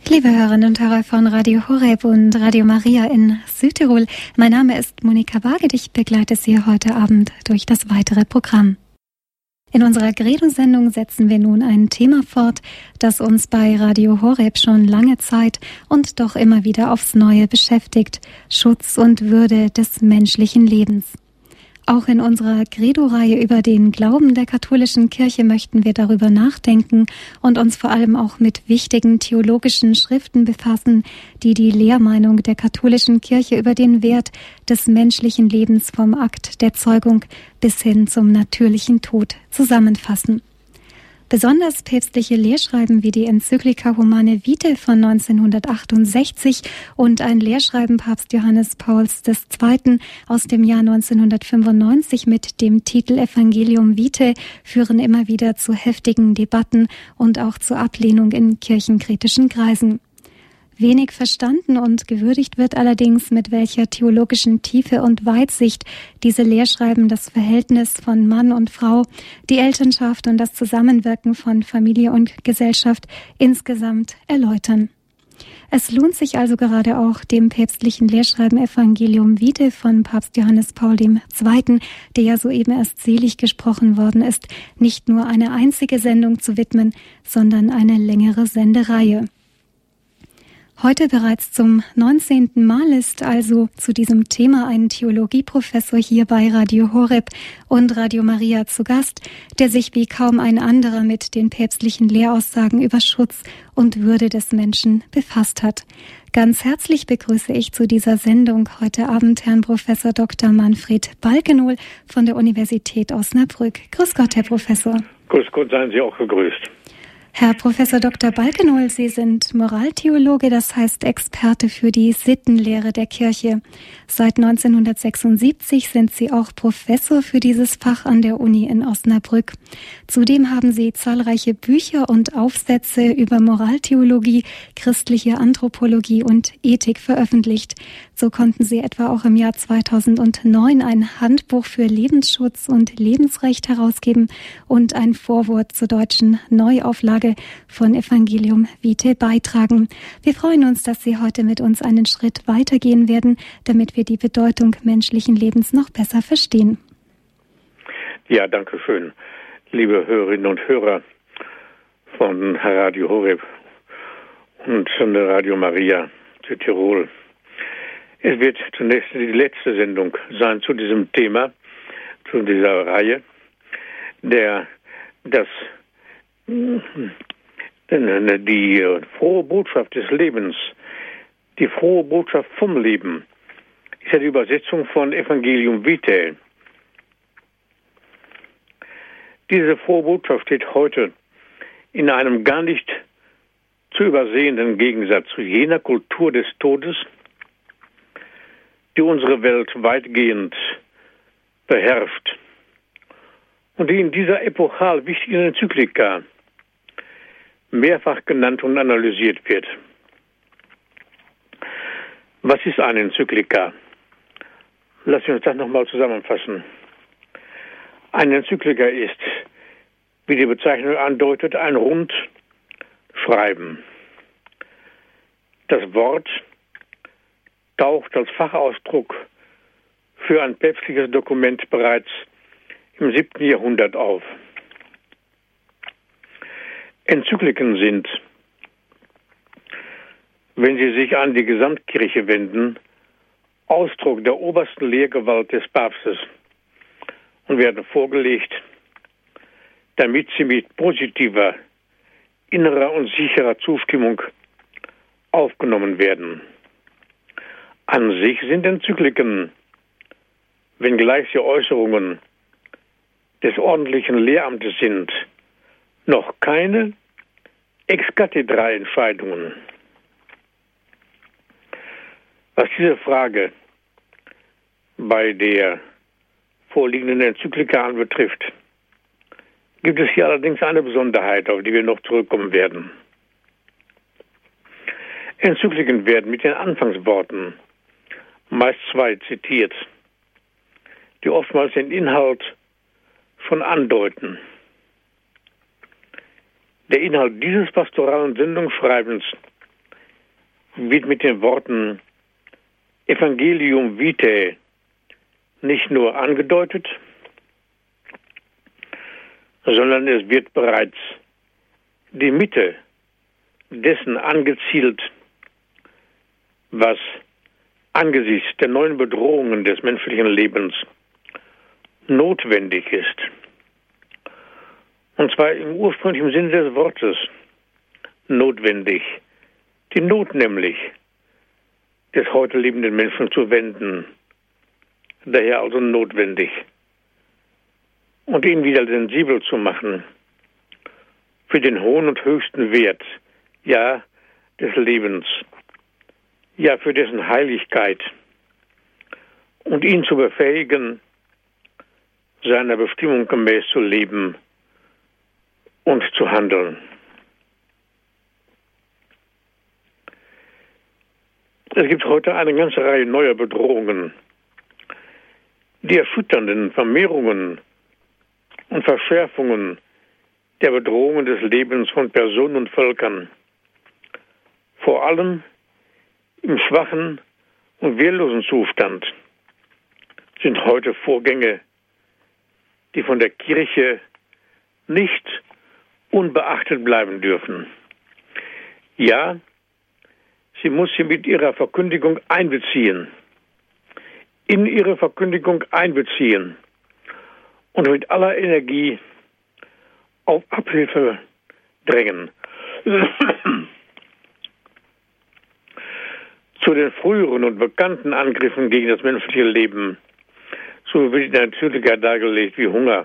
Liebe Hörerinnen und Hörer von Radio Horeb und Radio Maria in Südtirol, mein Name ist Monika Barget. Ich begleite Sie heute Abend durch das weitere Programm. In unserer Credo-Sendung setzen wir nun ein Thema fort, das uns bei Radio Horeb schon lange Zeit und doch immer wieder aufs Neue beschäftigt: Schutz und Würde des menschlichen Lebens. Auch in unserer Credo-Reihe über den Glauben der katholischen Kirche möchten wir darüber nachdenken und uns vor allem auch mit wichtigen theologischen Schriften befassen, die die Lehrmeinung der katholischen Kirche über den Wert des menschlichen Lebens vom Akt der Zeugung bis hin zum natürlichen Tod zusammenfassen. Besonders päpstliche Lehrschreiben wie die Enzyklika Humanae Vitae von 1968 und ein Lehrschreiben Papst Johannes Pauls II. Aus dem Jahr 1995 mit dem Titel Evangelium Vitae führen immer wieder zu heftigen Debatten und auch zur Ablehnung in kirchenkritischen Kreisen. Wenig verstanden und gewürdigt wird allerdings, mit welcher theologischen Tiefe und Weitsicht diese Lehrschreiben das Verhältnis von Mann und Frau, die Elternschaft und das Zusammenwirken von Familie und Gesellschaft insgesamt erläutern. Es lohnt sich also gerade auch, dem päpstlichen Lehrschreiben Evangelium Vitae von Papst Johannes Paul II., der ja soeben erst selig gesprochen worden ist, nicht nur eine einzige Sendung zu widmen, sondern eine längere Sendereihe. Heute bereits zum 19. Mal ist also zu diesem Thema ein Theologieprofessor hier bei Radio Horeb und Radio Maria zu Gast, der sich wie kaum ein anderer mit den päpstlichen Lehraussagen über Schutz und Würde des Menschen befasst hat. Ganz herzlich begrüße ich zu dieser Sendung heute Abend Herrn Professor Dr. Manfred Balkenohl von der Universität Osnabrück. Grüß Gott, Herr Professor. Grüß Gott, seien Sie auch gegrüßt. Herr Professor Dr. Balkenohl, Sie sind Moraltheologe, das heißt Experte für die Sittenlehre der Kirche. Seit 1976 sind Sie auch Professor für dieses Fach an der Uni in Osnabrück. Zudem haben Sie zahlreiche Bücher und Aufsätze über Moraltheologie, christliche Anthropologie und Ethik veröffentlicht. So konnten Sie etwa auch im Jahr 2009 ein Handbuch für Lebensschutz und Lebensrecht herausgeben und ein Vorwort zur deutschen Neuauflage von Evangelium Vitae beitragen. Wir freuen uns, dass Sie heute mit uns einen Schritt weitergehen werden, damit wir die Bedeutung menschlichen Lebens noch besser verstehen. Ja, danke schön, liebe Hörerinnen und Hörer von Radio Horeb und von der Radio Maria Südtirol. Es wird zunächst die letzte Sendung sein zu diesem Thema, zu dieser Reihe, die frohe Botschaft des Lebens, die frohe Botschaft vom Leben, ist ja die Übersetzung von Evangelium Vitae. Diese frohe Botschaft steht heute in einem gar nicht zu übersehenden Gegensatz zu jener Kultur des Todes, die unsere Welt weitgehend beherrscht und die in dieser epochal wichtigen Enzyklika mehrfach genannt und analysiert wird. Was ist eine Enzyklika? Lassen wir uns das nochmal zusammenfassen. Eine Enzyklika ist, wie die Bezeichnung andeutet, ein Rundschreiben. Das Wort taucht als Fachausdruck für ein päpstliches Dokument bereits im 7. Jahrhundert auf. Enzykliken sind, wenn sie sich an die Gesamtkirche wenden, Ausdruck der obersten Lehrgewalt des Papstes und werden vorgelegt, damit sie mit positiver, innerer und sicherer Zustimmung aufgenommen werden. An sich sind Enzykliken, wenngleich sie Äußerungen des ordentlichen Lehramtes sind, noch keine Ex-Cathedra-Entscheidungen. Was diese Frage bei der vorliegenden Enzyklika anbetrifft, gibt es hier allerdings eine Besonderheit, auf die wir noch zurückkommen werden. Enzykliken werden mit den Anfangsworten, meist zwei, zitiert, die oftmals den Inhalt schon andeuten. Der Inhalt dieses pastoralen Sendungsschreibens wird mit den Worten Evangelium Vitae nicht nur angedeutet, sondern es wird bereits die Mitte dessen angezielt, was angesichts der neuen Bedrohungen des menschlichen Lebens notwendig ist. Und zwar im ursprünglichen Sinne des Wortes notwendig. Die Not nämlich des heute lebenden Menschen zu wenden. Daher also notwendig. Und ihn wieder sensibel zu machen für den hohen und höchsten Wert, ja, des Lebens, ja, für dessen Heiligkeit und ihn zu befähigen, seiner Bestimmung gemäß zu leben und zu handeln. Es gibt heute eine ganze Reihe neuer Bedrohungen. Die erschütternden Vermehrungen und Verschärfungen der Bedrohungen des Lebens von Personen und Völkern, vor allem im schwachen und wehrlosen Zustand, sind heute Vorgänge, die von der Kirche nicht unbeachtet bleiben dürfen. Ja, sie muss sie mit ihrer Verkündigung einbeziehen, in ihre Verkündigung einbeziehen und mit aller Energie auf Abhilfe drängen. Zu den früheren und bekannten Angriffen gegen das menschliche Leben, so wird natürlicher dargelegt wie Hunger,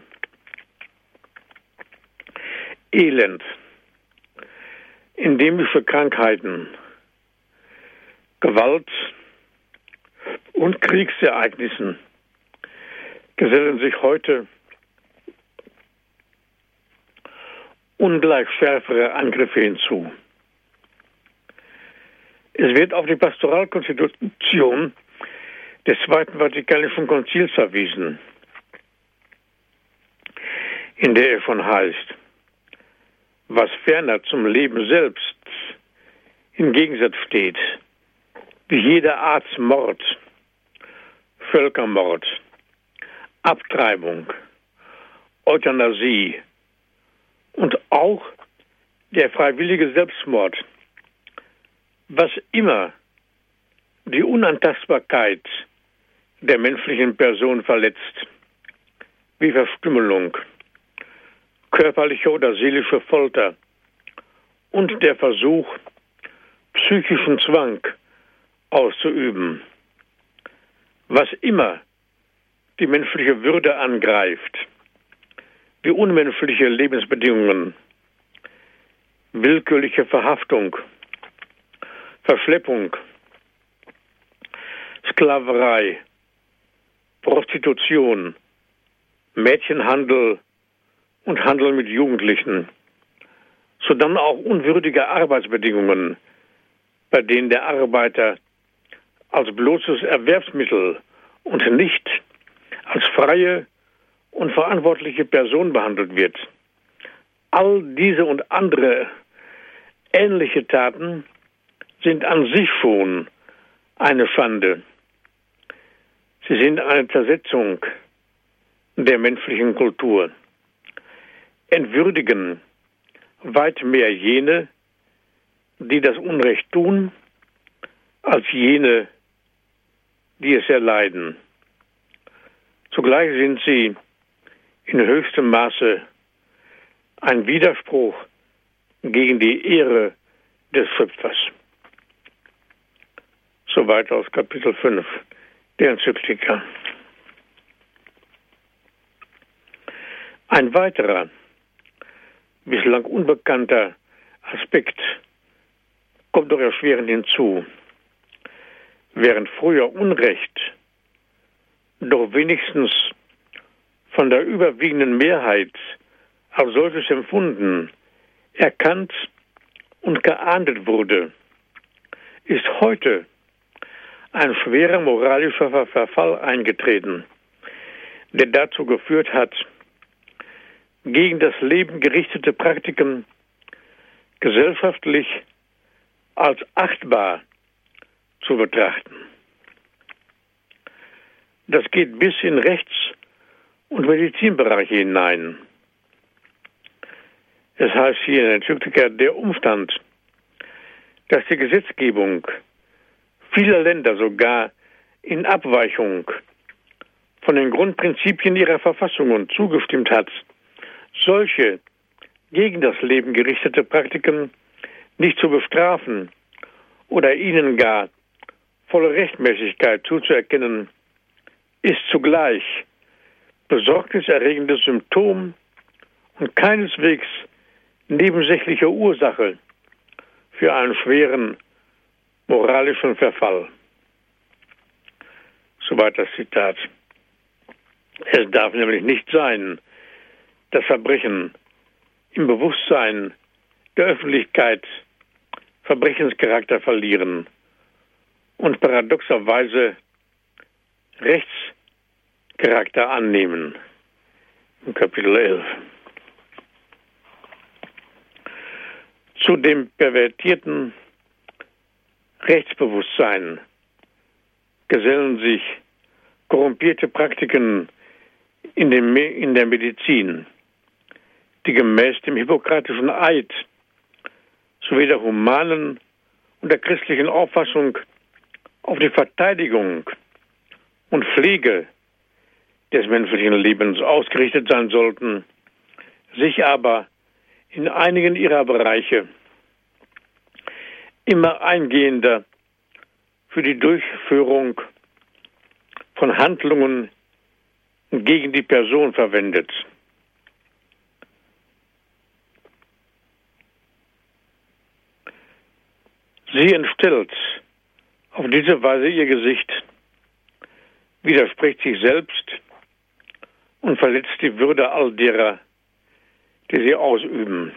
Elend, endemische Krankheiten, Gewalt und Kriegsereignissen gesellen sich heute ungleich schärfere Angriffe hinzu. Es wird auf die Pastoralkonstitution des Zweiten Vatikanischen Konzils verwiesen, in der es schon heißt, was ferner zum Leben selbst im Gegensatz steht, wie jede Art Mord, Völkermord, Abtreibung, Euthanasie und auch der freiwillige Selbstmord, was immer die Unantastbarkeit der menschlichen Person verletzt, wie Verstümmelung, körperliche oder seelische Folter und der Versuch, psychischen Zwang auszuüben, was immer die menschliche Würde angreift, wie unmenschliche Lebensbedingungen, willkürliche Verhaftung, Verschleppung, Sklaverei, Prostitution, Mädchenhandel und Handel mit Jugendlichen, sodann auch unwürdige Arbeitsbedingungen, bei denen der Arbeiter als bloßes Erwerbsmittel und nicht als freie und verantwortliche Person behandelt wird. All diese und andere ähnliche Taten sind an sich schon eine Schande. Sie sind eine Zersetzung der menschlichen Kultur, entwürdigen weit mehr jene, die das Unrecht tun, als jene, die es erleiden. Zugleich sind sie in höchstem Maße ein Widerspruch gegen die Ehre des Schöpfers. Soweit aus Kapitel 5 der Enzyklika. Ein weiterer, bislang unbekannter Aspekt kommt doch erschwerend hinzu. Während früher Unrecht doch wenigstens von der überwiegenden Mehrheit als solches empfunden, erkannt und geahndet wurde, ist heute ein schwerer moralischer Verfall eingetreten, der dazu geführt hat, gegen das Leben gerichtete Praktiken gesellschaftlich als achtbar zu betrachten. Das geht bis in Rechts- und Medizinbereiche hinein. Es heißt hier in der Enzyklika, der Umstand, dass die Gesetzgebung vieler Länder sogar in Abweichung von den Grundprinzipien ihrer Verfassungen zugestimmt hat, solche gegen das Leben gerichtete Praktiken nicht zu bestrafen oder ihnen gar volle Rechtmäßigkeit zuzuerkennen, ist zugleich besorgniserregendes Symptom und keineswegs nebensächliche Ursache für einen schweren moralischen Verfall. Soweit das Zitat. Es darf nämlich nicht sein, dass Verbrechen im Bewusstsein der Öffentlichkeit Verbrechenscharakter verlieren und paradoxerweise Rechtscharakter annehmen. Im Kapitel 11. Zu dem pervertierten Rechtsbewusstsein gesellen sich korrumpierte Praktiken in der Medizin, die gemäß dem hippokratischen Eid sowie der humanen und der christlichen Auffassung auf die Verteidigung und Pflege des menschlichen Lebens ausgerichtet sein sollten, sich aber in einigen ihrer Bereiche immer eingehender für die Durchführung von Handlungen gegen die Person verwendet. Sie entstellt auf diese Weise ihr Gesicht, widerspricht sich selbst und verletzt die Würde all derer, die sie ausüben.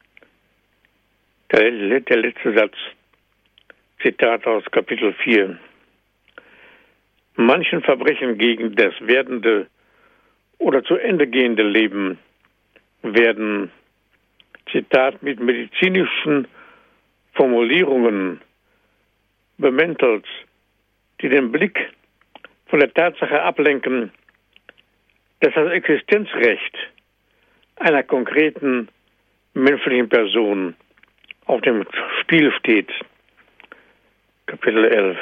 Der letzte Satz, Zitat aus Kapitel 4. Manchen Verbrechen gegen das werdende oder zu Ende gehende Leben werden, Zitat, mit medizinischen Formulierungen bemäntelt, die den Blick von der Tatsache ablenken, dass das Existenzrecht einer konkreten menschlichen Person auf dem Spiel steht. Kapitel 11.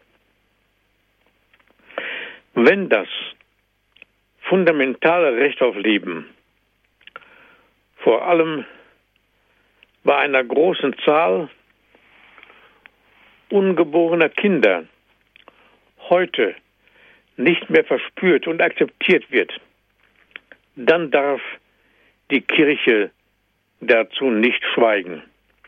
Wenn das fundamentale Recht auf Leben vor allem bei einer großen Zahl ungeborener Kinder heute nicht mehr verspürt und akzeptiert wird, dann darf die Kirche dazu nicht schweigen.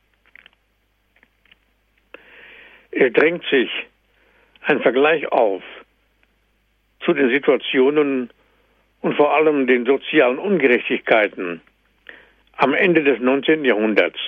Es drängt sich ein Vergleich auf zu den Situationen und vor allem den sozialen Ungerechtigkeiten am Ende des 19. Jahrhunderts.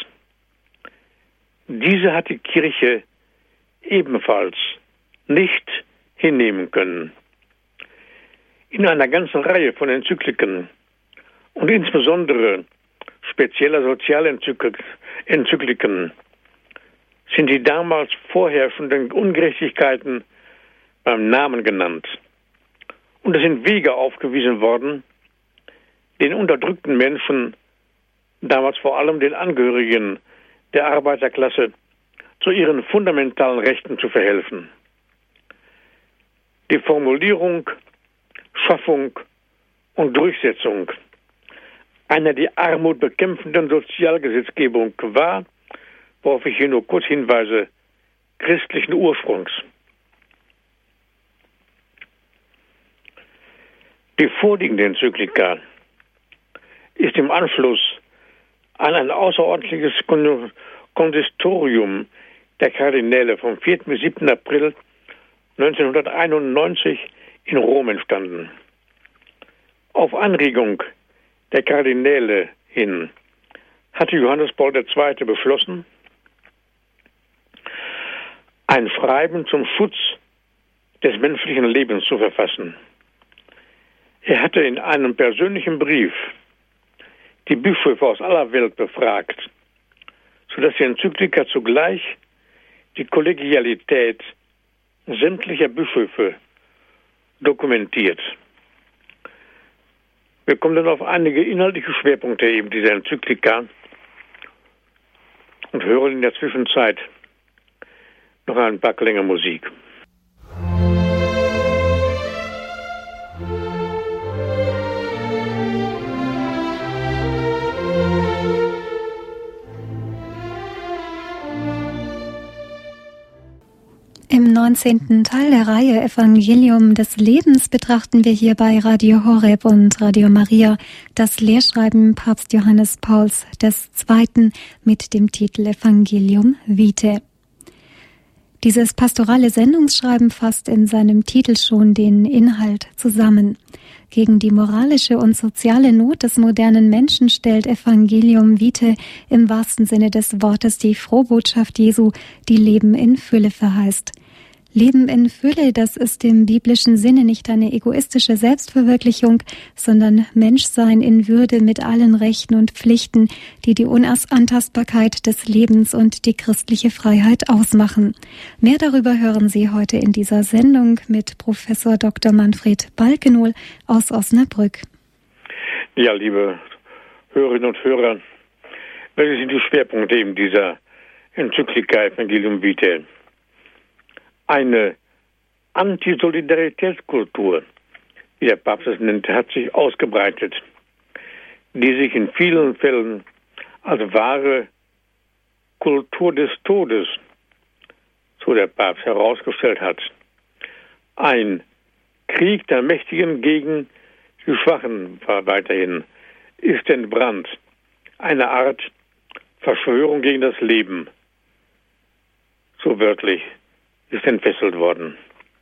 Diese hat die Kirche ebenfalls nicht hinnehmen können. In einer ganzen Reihe von Enzykliken und insbesondere spezieller Sozialenzykliken sind die damals vorherrschenden Ungerechtigkeiten beim Namen genannt. Und es sind Wege aufgewiesen worden, den unterdrückten Menschen, damals vor allem den Angehörigen der Arbeiterklasse, zu ihren fundamentalen Rechten zu verhelfen. Die Formulierung, Schaffung und Durchsetzung einer die Armut bekämpfenden Sozialgesetzgebung war, worauf ich hier nur kurz hinweise, christlichen Ursprungs. Die vorliegende Enzyklika ist im Anschluss an ein außerordentliches Konsistorium der Kardinäle vom 4. bis 7. April 1991 in Rom entstanden. Auf Anregung der Kardinäle hin hatte Johannes Paul II. Beschlossen, ein Schreiben zum Schutz des menschlichen Lebens zu verfassen. Er hatte in einem persönlichen Brief die Bischöfe aus aller Welt befragt, sodass die Enzyklika zugleich die Kollegialität sämtlicher Bischöfe dokumentiert. Wir kommen dann auf einige inhaltliche Schwerpunkte eben dieser Enzyklika und hören in der Zwischenzeit noch ein paar Klänge Musik. Im 19. Teil der Reihe Evangelium des Lebens betrachten wir hier bei Radio Horeb und Radio Maria das Lehrschreiben Papst Johannes Pauls II. Mit dem Titel Evangelium Vitae. Dieses pastorale Sendungsschreiben fasst in seinem Titel schon den Inhalt zusammen. Gegen die moralische und soziale Not des modernen Menschen stellt Evangelium Vitae im wahrsten Sinne des Wortes die Frohbotschaft Jesu, die Leben in Fülle verheißt. Leben in Fülle, das ist im biblischen Sinne nicht eine egoistische Selbstverwirklichung, sondern Menschsein in Würde mit allen Rechten und Pflichten, die die Unantastbarkeit des Lebens und die christliche Freiheit ausmachen. Mehr darüber hören Sie heute in dieser Sendung mit Professor Dr. Manfred Balkenohl aus Osnabrück. Ja, liebe Hörerinnen und Hörer, welche sind die Schwerpunkte eben dieser Enzyklika Evangelium Vitae? Eine Antisolidaritätskultur, wie der Papst es nennt, hat sich ausgebreitet, die sich in vielen Fällen als wahre Kultur des Todes, so der Papst herausgestellt hat. Ein Krieg der Mächtigen gegen die Schwachen war weiterhin, ist entbrannt. Eine Art Verschwörung gegen das Leben, so wörtlich, ist entfesselt worden.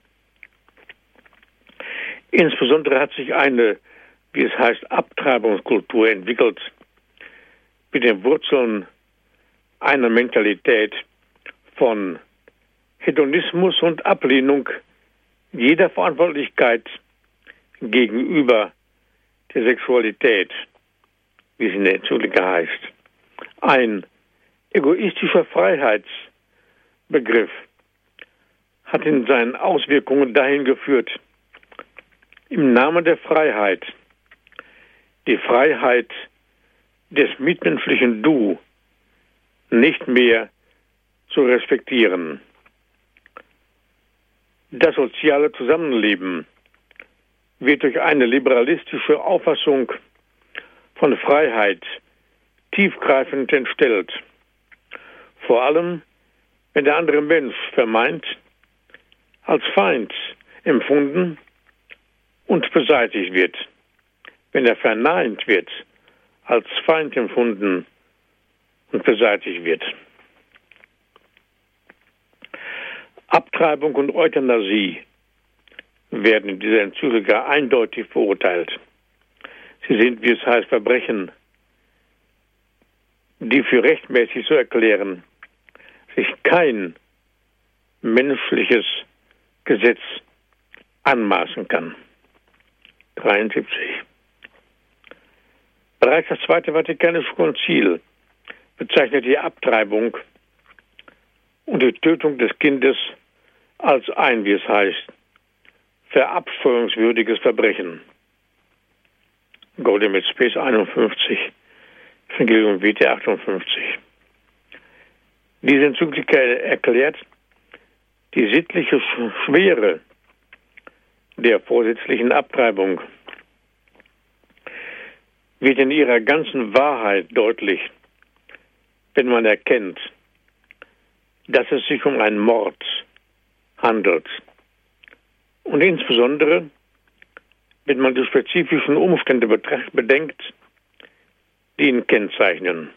Insbesondere hat sich eine, wie es heißt, Abtreibungskultur entwickelt, mit den Wurzeln einer Mentalität von Hedonismus und Ablehnung jeder Verantwortlichkeit gegenüber der Sexualität, wie es in der Enzyklika heißt. Ein egoistischer Freiheitsbegriff hat in seinen Auswirkungen dahin geführt, im Namen der Freiheit, die Freiheit des mitmenschlichen Du nicht mehr zu respektieren. Das soziale Zusammenleben wird durch eine liberalistische Auffassung von Freiheit tiefgreifend entstellt. Vor allem, wenn der andere Mensch vermeint als Feind empfunden und beseitigt wird, wenn er verneint wird, als Feind empfunden und beseitigt wird. Abtreibung und Euthanasie werden in dieser Enzyklika eindeutig verurteilt. Sie sind, wie es heißt, Verbrechen, die für rechtmäßig zu erklären sich kein menschliches Gesetz anmaßen kann. 73. Bereits das Zweite Vatikanische Konzil bezeichnet die Abtreibung und die Tötung des Kindes als ein, wie es heißt, verabscheuungswürdiges Verbrechen. Gaudium et Spes 51, Evangelium Vitae 58. Diese Enzyklika erklärt die sittliche Schwere der vorsätzlichen Abtreibung, wird in ihrer ganzen Wahrheit deutlich, wenn man erkennt, dass es sich um einen Mord handelt. Und insbesondere, wenn man die spezifischen Umstände bedenkt, die ihn kennzeichnen.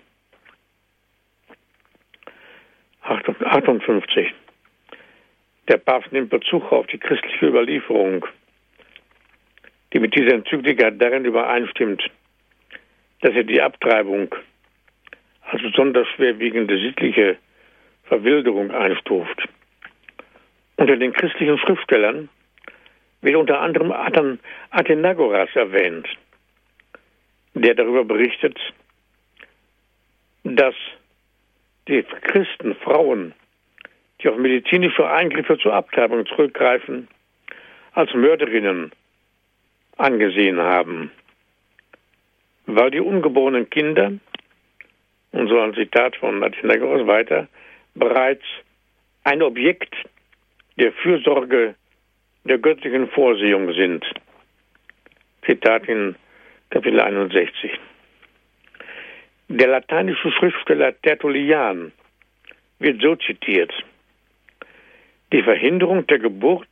58. Der Papst nimmt Bezug auf die christliche Überlieferung, die mit dieser Enzyklika darin übereinstimmt, dass er die Abtreibung als besonders schwerwiegende sittliche Verwilderung einstuft. Unter den christlichen Schriftstellern wird unter anderem Athenagoras erwähnt, der darüber berichtet, dass die Christen Frauen, die auf medizinische Eingriffe zur Abtreibung zurückgreifen, als Mörderinnen angesehen haben, weil die ungeborenen Kinder, und so ein Zitat von Athenagoras weiter, bereits ein Objekt der Fürsorge der göttlichen Vorsehung sind. Zitat in Kapitel 61. Der lateinische Schriftsteller Tertullian wird so zitiert: Die Verhinderung der Geburt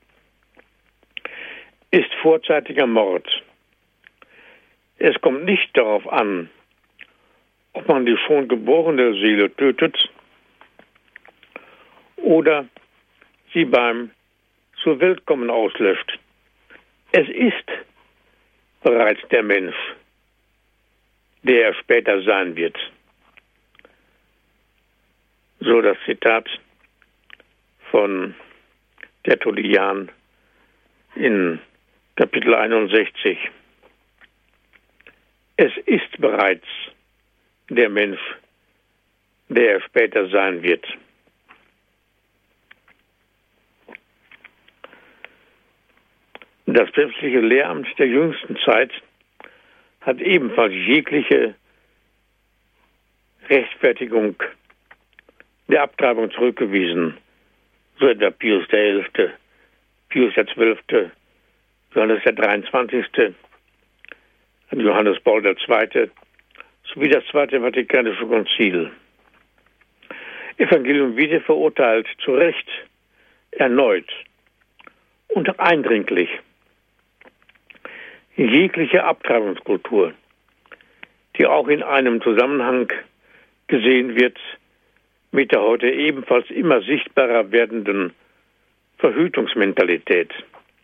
ist vorzeitiger Mord. Es kommt nicht darauf an, ob man die schon geborene Seele tötet oder sie beim zur Welt kommen auslöscht. Es ist bereits der Mensch, der er später sein wird. So das Zitat von Tertullian in Kapitel 61. Es ist bereits der Mensch, der er später sein wird. Das päpstliche Lehramt der jüngsten Zeit hat ebenfalls jegliche Rechtfertigung der Abtreibung zurückgewiesen. So etwa Pius XI., Pius XII., Johannes der 23., Johannes Paul II. Sowie das Zweite Vatikanische Konzil. Evangelium Vitae verurteilt zu Recht erneut und eindringlich jegliche Abtreibungskultur, die auch in einem Zusammenhang gesehen wird mit der heute ebenfalls immer sichtbarer werdenden Verhütungsmentalität.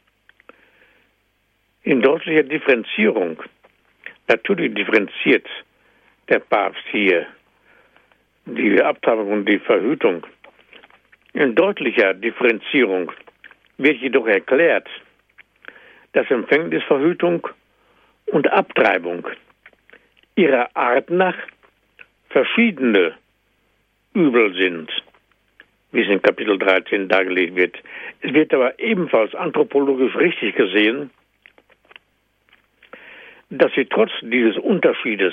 In deutlicher Differenzierung, natürlich differenziert der Papst hier die Abtreibung und die Verhütung, in deutlicher Differenzierung wird jedoch erklärt, dass Empfängnisverhütung und Abtreibung ihrer Art nach verschiedene Übel sind, wie es in Kapitel 13 dargelegt wird. Es wird aber ebenfalls anthropologisch richtig gesehen, dass sie trotz dieses Unterschiedes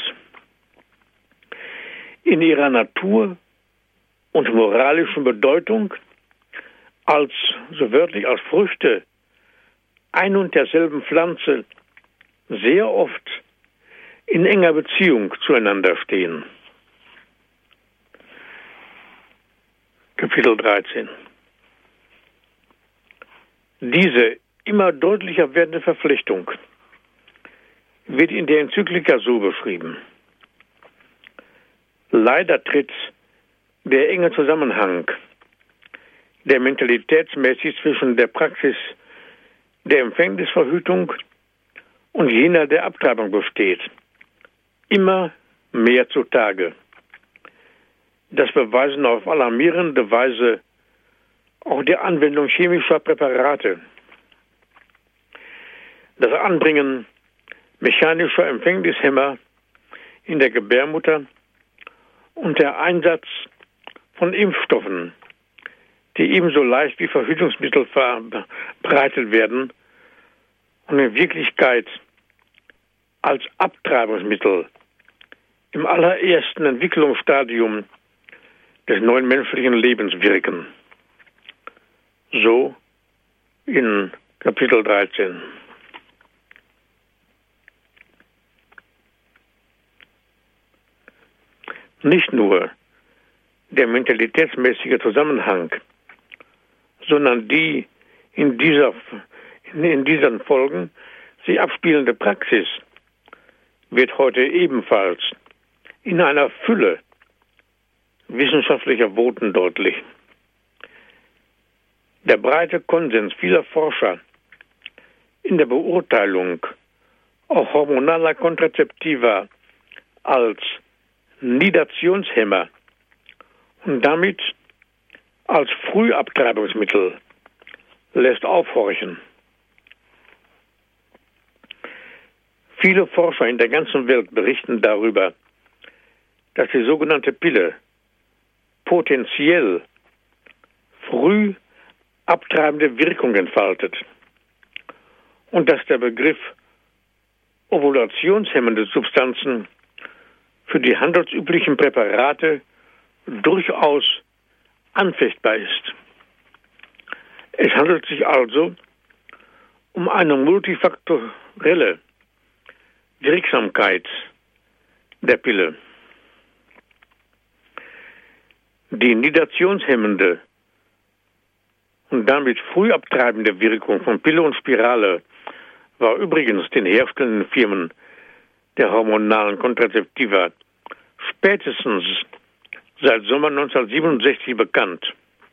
in ihrer Natur und moralischen Bedeutung als, so wörtlich als Früchte ein und derselben Pflanze sehr oft in enger Beziehung zueinander stehen. Kapitel 13. Diese immer deutlicher werdende Verpflichtung wird in der Enzyklika so beschrieben: Leider tritt der enge Zusammenhang, der mentalitätsmäßig zwischen der Praxis der Empfängnisverhütung und jener der Abtreibung besteht, immer mehr zutage. Das beweisen auf alarmierende Weise auch die Anwendung chemischer Präparate, das Anbringen mechanischer Empfängnishemmer in der Gebärmutter und der Einsatz von Impfstoffen, die ebenso leicht wie Verhütungsmittel verbreitet werden und in Wirklichkeit als Abtreibungsmittel im allerersten Entwicklungsstadium des neuen menschlichen Lebens wirken. So in Kapitel 13. Nicht nur der mentalitätsmäßige Zusammenhang, sondern die in diesen Folgen sich abspielende Praxis wird heute ebenfalls in einer Fülle wissenschaftlicher Voten deutlich. Der breite Konsens vieler Forscher in der Beurteilung auch hormonaler Kontrazeptiva als Nidationshemmer und damit als Frühabtreibungsmittel lässt aufhorchen. Viele Forscher in der ganzen Welt berichten darüber, dass die sogenannte Pille potenziell früh abtreibende Wirkung entfaltet und dass der Begriff ovulationshemmende Substanzen für die handelsüblichen Präparate durchaus anfechtbar ist. Es handelt sich also um eine multifaktorielle Wirksamkeit der Pille. Die nidationshemmende und damit früh abtreibende Wirkung von Pille und Spirale war übrigens den herstellenden Firmen der hormonalen Kontrazeptiva spätestens seit Sommer 1967 bekannt.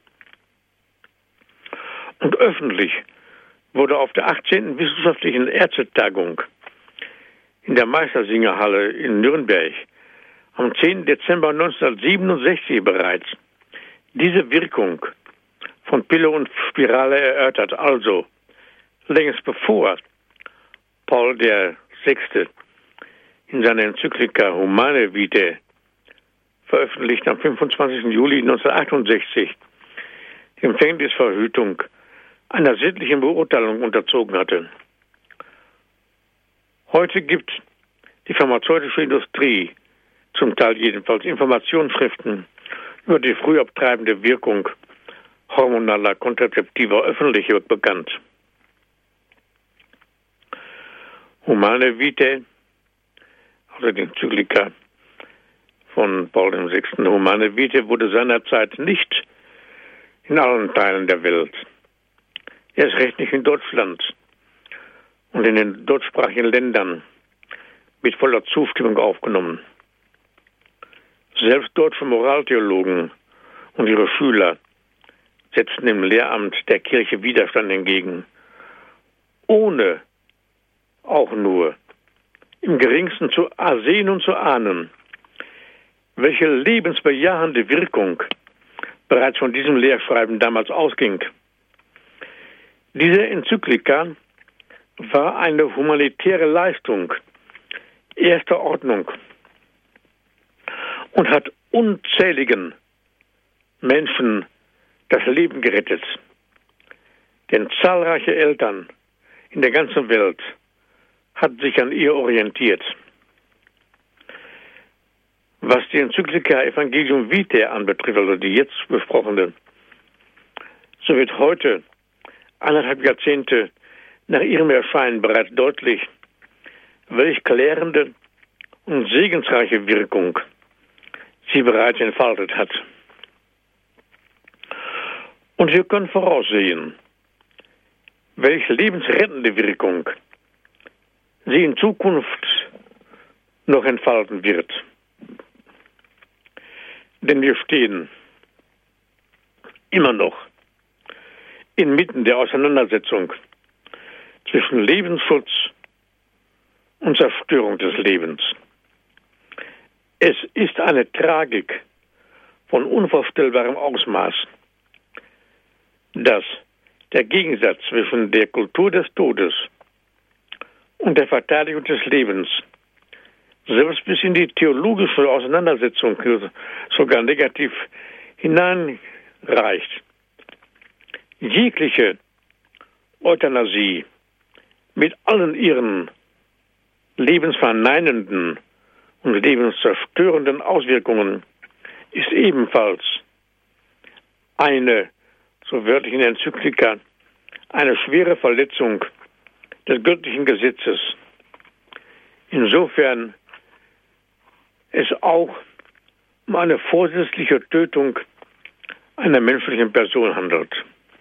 Und öffentlich wurde auf der 18. Wissenschaftlichen Ärztetagung in der Meistersingerhalle in Nürnberg am 10. Dezember 1967 bereits diese Wirkung von Pille und Spirale erörtert, also längst bevor Paul VI. In seiner Enzyklika Humane Vitae, veröffentlicht am 25. Juli 1968, die Empfängnisverhütung einer sittlichen Beurteilung unterzogen hatte. Heute gibt die pharmazeutische Industrie, zum Teil jedenfalls Informationsschriften über die früh abtreibende Wirkung hormonaler Kontrazeptiva öffentlich bekannt. Humane Vitae, also die Enzyklika von Paul VI. Humane Vitae, wurde seinerzeit nicht in allen Teilen der Welt, erst recht nicht in Deutschland und in den deutschsprachigen Ländern, mit voller Zustimmung aufgenommen. Selbst deutsche Moraltheologen und ihre Schüler setzten dem Lehramt der Kirche Widerstand entgegen, ohne auch nur im geringsten zu ersehen und zu ahnen, welche lebensbejahende Wirkung bereits von diesem Lehrschreiben damals ausging. Diese Enzyklika war eine humanitäre Leistung erster Ordnung und hat unzähligen Menschen das Leben gerettet. Denn zahlreiche Eltern in der ganzen Welt hat sich an ihr orientiert. Was die Enzyklika Evangelium Vitae anbetrifft, also die jetzt besprochene, so wird heute, 1,5 Jahrzehnte nach ihrem Erscheinen, bereits deutlich, welch klärende und segensreiche Wirkung sie bereits entfaltet hat. Und wir können voraussehen, welch lebensrettende Wirkung sie in Zukunft noch entfalten wird. Denn wir stehen immer noch inmitten der Auseinandersetzung zwischen Lebensschutz und Zerstörung des Lebens. Es ist eine Tragik von unvorstellbarem Ausmaß, dass der Gegensatz zwischen der Kultur des Todes und der Verteidigung des Lebens selbst bis in die theologische Auseinandersetzung sogar negativ hineinreicht. Jegliche Euthanasie mit allen ihren lebensverneinenden und lebenszerstörenden Auswirkungen ist ebenfalls eine, so wörtlich in der Enzyklika, eine schwere Verletzung des göttlichen Gesetzes. Insofern es auch um eine vorsätzliche Tötung einer menschlichen Person handelt.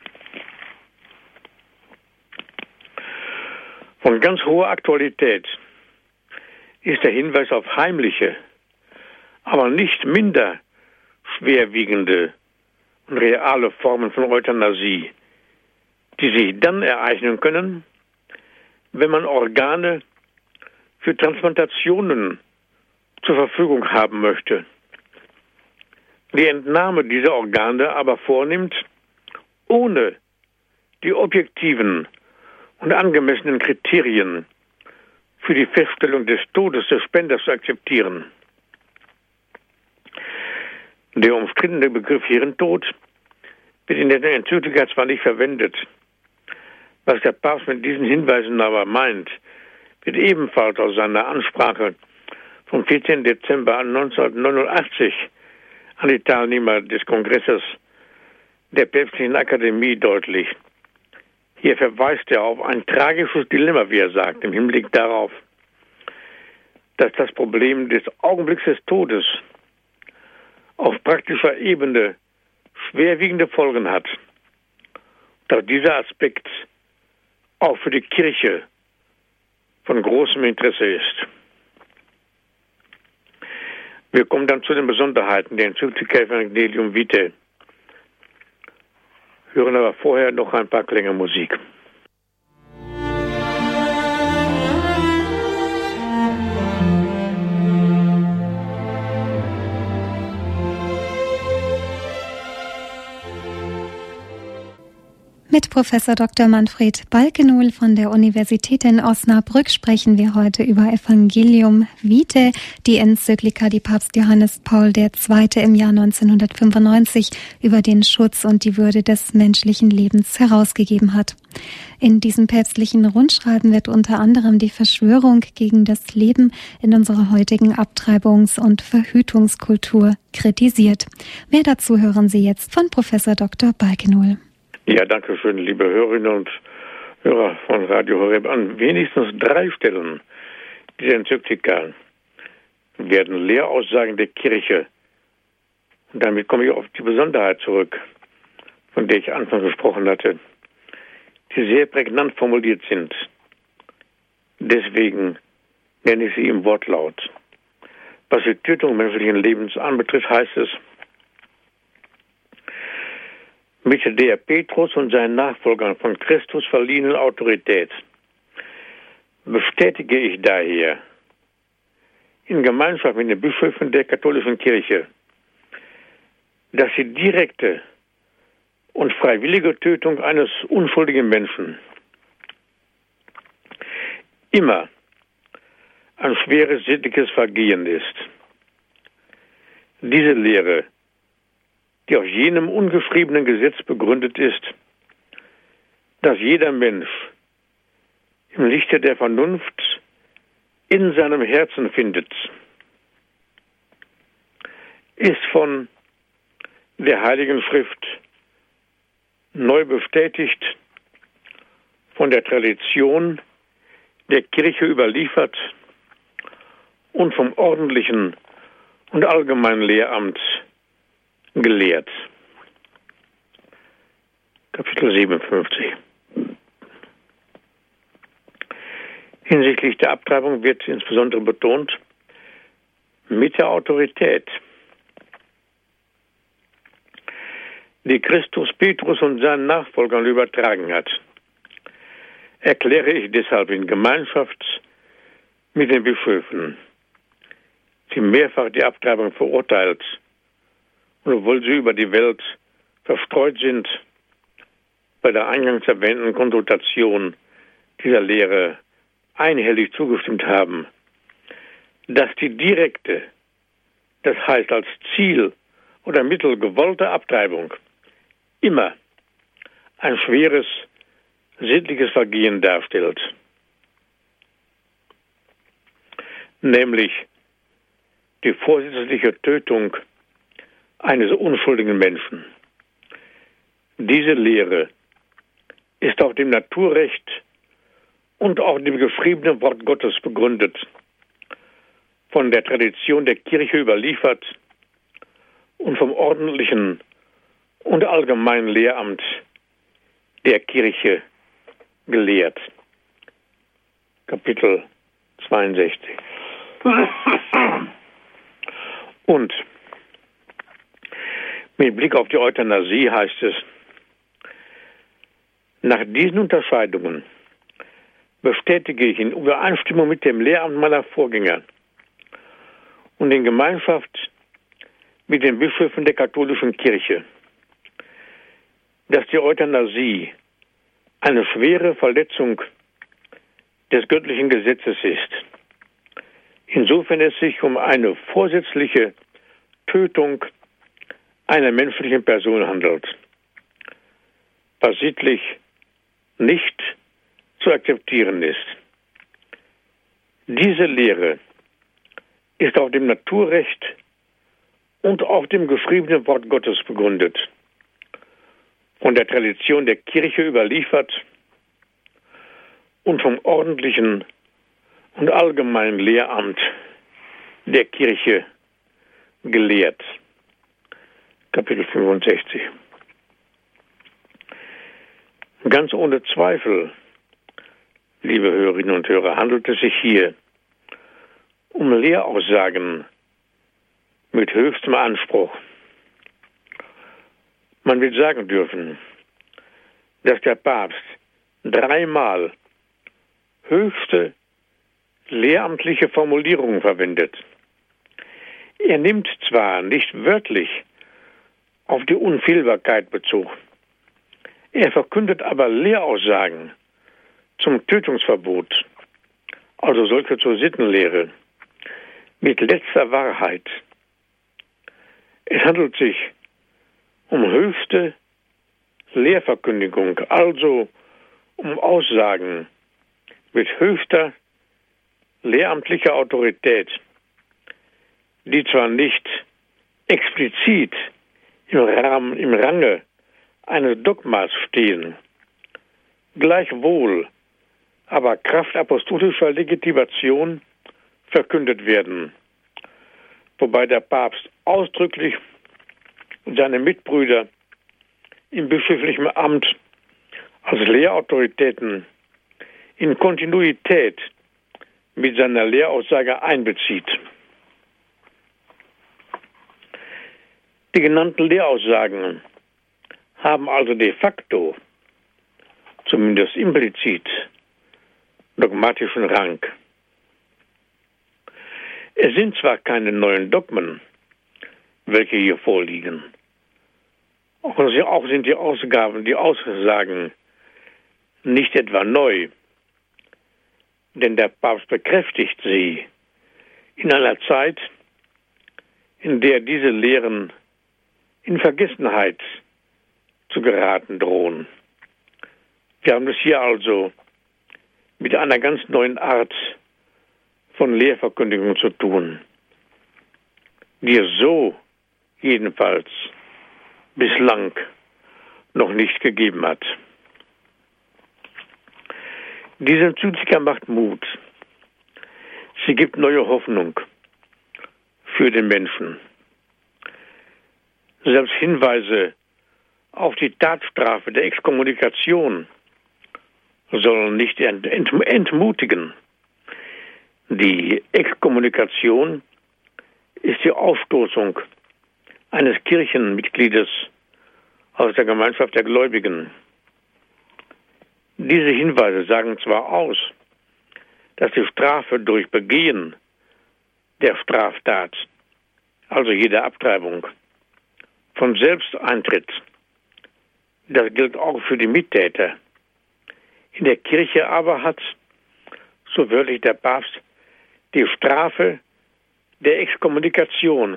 Von ganz hoher Aktualität ist der Hinweis auf heimliche, aber nicht minder schwerwiegende und reale Formen von Euthanasie, die sich dann ereignen können, wenn man Organe für Transplantationen zur Verfügung haben möchte. Die Entnahme dieser Organe aber vornimmt, ohne die objektiven und angemessenen Kriterien für die Feststellung des Todes des Spenders zu akzeptieren. Der umstrittene Begriff Hirntod wird in der Enzyklika zwar nicht verwendet. Was der Papst mit diesen Hinweisen aber meint, wird ebenfalls aus seiner Ansprache vom 14. Dezember 1989 an die Teilnehmer des Kongresses der Päpstlichen Akademie deutlich. Hier verweist er auf ein tragisches Dilemma, wie er sagt, im Hinblick darauf, dass das Problem des Augenblicks des Todes auf praktischer Ebene schwerwiegende Folgen hat. Dass dieser Aspekt auch für die Kirche von großem Interesse ist. Wir kommen dann zu den Besonderheiten der Enzyklika Evangelium Vitae. Hören aber vorher noch ein paar Klänge Musik. Mit Professor Dr. Manfred Balkenohl von der Universität in Osnabrück sprechen wir heute über Evangelium Vitae, die Enzyklika, die Papst Johannes Paul II. Im Jahr 1995 über den Schutz und die Würde des menschlichen Lebens herausgegeben hat. In diesem päpstlichen Rundschreiben wird unter anderem die Verschwörung gegen das Leben in unserer heutigen Abtreibungs- und Verhütungskultur kritisiert. Mehr dazu hören Sie jetzt von Professor Dr. Balkenohl. Ja, danke schön, liebe Hörerinnen und Hörer von Radio Horeb. An wenigstens 3 Stellen dieser Enzyklika werden Lehraussagen der Kirche, und damit komme ich auf die Besonderheit zurück, von der ich anfangs gesprochen hatte, die sehr prägnant formuliert sind. Deswegen nenne ich sie im Wortlaut. Was die Tötung menschlichen Lebens anbetrifft, heißt es: Mit der Petrus und seinen Nachfolgern von Christus verliehenen Autorität bestätige ich daher in Gemeinschaft mit den Bischöfen der katholischen Kirche, dass die direkte und freiwillige Tötung eines unschuldigen Menschen immer ein schweres sittliches Vergehen ist. Diese Lehre, die auf jenem ungeschriebenen Gesetz begründet ist, dass jeder Mensch im Lichte der Vernunft in seinem Herzen findet, ist von der Heiligen Schrift neu bestätigt, von der Tradition der Kirche überliefert und vom ordentlichen und allgemeinen Lehramt gelehrt. Kapitel 57. Hinsichtlich der Abtreibung wird insbesondere betont, mit der Autorität, die Christus Petrus und seinen Nachfolgern übertragen hat, erkläre ich deshalb in Gemeinschaft mit den Bischöfen, die mehrfach die Abtreibung verurteilt, und obwohl sie über die Welt verstreut sind, bei der eingangs erwähnten Konsultation dieser Lehre einhellig zugestimmt haben, dass die direkte, das heißt als Ziel oder Mittel gewollte Abtreibung immer ein schweres sittliches Vergehen darstellt, nämlich die vorsätzliche Tötung eines unschuldigen Menschen. Diese Lehre ist auf dem Naturrecht und auf dem geschriebenen Wort Gottes begründet, von der Tradition der Kirche überliefert und vom ordentlichen und allgemeinen Lehramt der Kirche gelehrt. Kapitel 62. Und mit Blick auf die Euthanasie heißt es: Nach diesen Unterscheidungen bestätige ich in Übereinstimmung mit dem Lehramt meiner Vorgänger und in Gemeinschaft mit den Bischöfen der katholischen Kirche, dass die Euthanasie eine schwere Verletzung des göttlichen Gesetzes ist, insofern es sich um eine vorsätzliche Tötung einer menschlichen Person handelt was sittlich nicht zu akzeptieren ist. Diese Lehre ist auf dem Naturrecht und auf dem geschriebenen Wort Gottes begründet, von der Tradition der Kirche überliefert und vom ordentlichen und allgemeinen Lehramt der Kirche gelehrt. Kapitel 65. Ganz ohne Zweifel, liebe Hörerinnen und Hörer, handelt es sich hier um Lehraussagen mit höchstem Anspruch. Man wird sagen dürfen, dass der Papst 3-mal höchste lehramtliche Formulierungen verwendet. Er nimmt zwar nicht wörtlich auf die Unfehlbarkeit Bezug, er verkündet aber Lehraussagen zum Tötungsverbot, also solche zur Sittenlehre, mit letzter Wahrheit. Es handelt sich um höchste Lehrverkündigung, also um Aussagen mit höchster lehramtlicher Autorität, die zwar nicht explizit im Range eines Dogmas stehen, gleichwohl aber Kraft apostolischer Legitimation verkündet werden, wobei der Papst ausdrücklich seine Mitbrüder im bischöflichen Amt als Lehrautoritäten in Kontinuität mit seiner Lehraussage einbezieht. Die genannten Lehraussagen haben also de facto, zumindest implizit, dogmatischen Rang. Es sind zwar keine neuen Dogmen, welche hier vorliegen. Auch sind die Aussagen nicht etwa neu, denn der Papst bekräftigt sie in einer Zeit, in der diese Lehren in Vergessenheit zu geraten drohen. Wir haben es hier also mit einer ganz neuen Art von Lehrverkündigung zu tun, die es so jedenfalls bislang noch nicht gegeben hat. Diese Enzyklika macht Mut. Sie gibt neue Hoffnung für den Menschen. Selbst Hinweise auf die Tatstrafe der Exkommunikation sollen nicht entmutigen. Die Exkommunikation ist die Ausstoßung eines Kirchenmitgliedes aus der Gemeinschaft der Gläubigen. Diese Hinweise sagen zwar aus, dass die Strafe durch Begehen der Straftat, also jeder Abtreibung, von selbst eintritt. Das gilt auch für die Mittäter. In der Kirche aber hat, so wörtlich der Papst, die Strafe der Exkommunikation